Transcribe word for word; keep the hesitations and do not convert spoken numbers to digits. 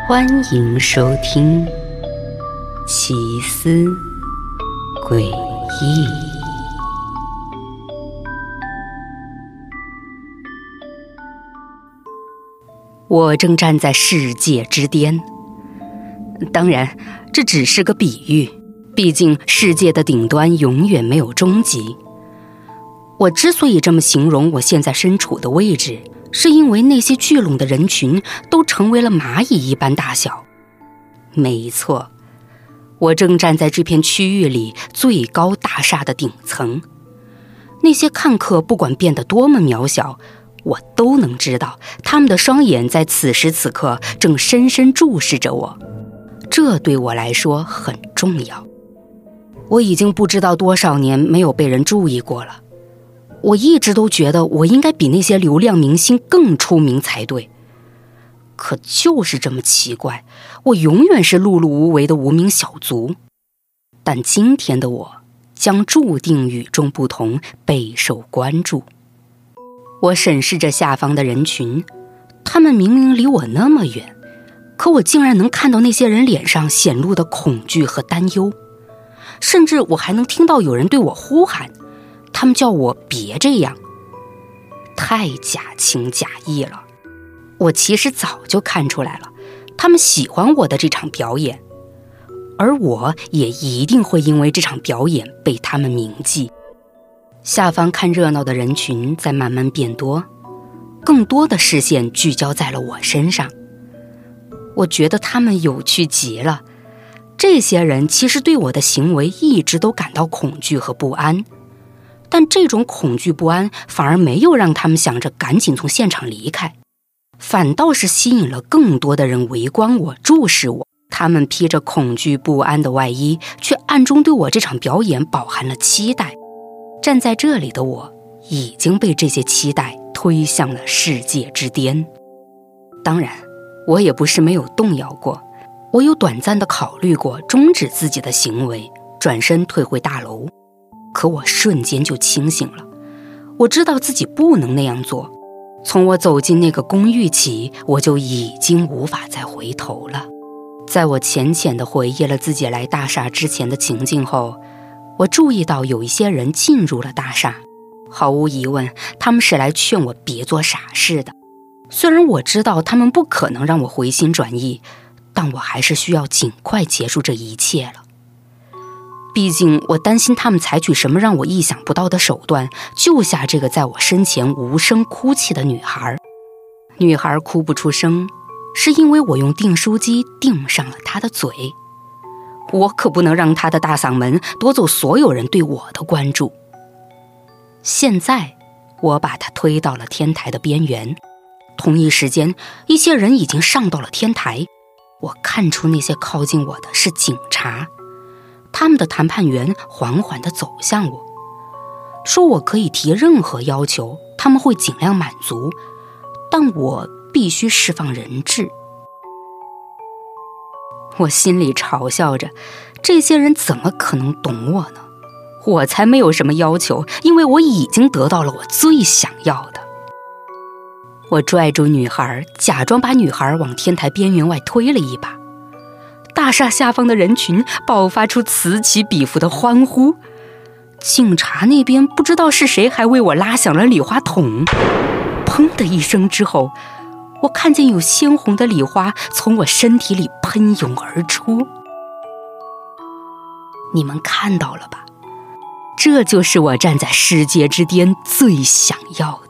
欢迎收听奇思诡异。我正站在世界之巅，当然这只是个比喻，毕竟世界的顶端永远没有终极。我之所以这么形容我现在身处的位置，是因为那些聚拢的人群都成为了蚂蚁一般大小。没错，我正站在这片区域里最高大厦的顶层。那些看客不管变得多么渺小，我都能知道他们的双眼在此时此刻正深深注视着我，这对我来说很重要。我已经不知道多少年没有被人注意过了。我一直都觉得我应该比那些流量明星更出名才对，可就是这么奇怪，我永远是碌碌无为的无名小卒。但今天的我将注定与众不同，备受关注。我审视着下方的人群，他们明明离我那么远，可我竟然能看到那些人脸上显露的恐惧和担忧，甚至我还能听到有人对我呼喊，他们叫我别这样。太假情假意了。我其实早就看出来了，他们喜欢我的这场表演，而我也一定会因为这场表演被他们铭记。下方看热闹的人群在慢慢变多，更多的视线聚焦在了我身上。我觉得他们有趣极了。这些人其实对我的行为一直都感到恐惧和不安，但这种恐惧不安反而没有让他们想着赶紧从现场离开，反倒是吸引了更多的人围观我，注视我。他们披着恐惧不安的外衣，却暗中对我这场表演饱含了期待。站在这里的我已经被这些期待推向了世界之巅。当然，我也不是没有动摇过，我有短暂的考虑过终止自己的行为，转身退回大楼。可我瞬间就清醒了，我知道自己不能那样做。从我走进那个公寓起，我就已经无法再回头了。在我浅浅地回忆了自己来大厦之前的情境后，我注意到有一些人进入了大厦。毫无疑问，他们是来劝我别做傻事的。虽然我知道他们不可能让我回心转意，但我还是需要尽快结束这一切了。毕竟我担心他们采取什么让我意想不到的手段，救下这个在我身前无声哭泣的女孩。女孩哭不出声，是因为我用订书机订上了她的嘴。我可不能让她的大嗓门夺走所有人对我的关注。现在我把她推到了天台的边缘，同一时间一些人已经上到了天台。我看出那些靠近我的是警察，他们的谈判员缓缓地走向我，说我可以提任何要求，他们会尽量满足，但我必须释放人质。我心里嘲笑着，这些人怎么可能懂我呢？我才没有什么要求，因为我已经得到了我最想要的。我拽住女孩，假装把女孩往天台边缘外推了一把。大厦下方的人群爆发出此起彼伏的欢呼，警察那边不知道是谁还为我拉响了礼花筒。砰的一声之后，我看见有鲜红的礼花从我身体里喷涌而出。你们看到了吧？这就是我站在世界之巅最想要的。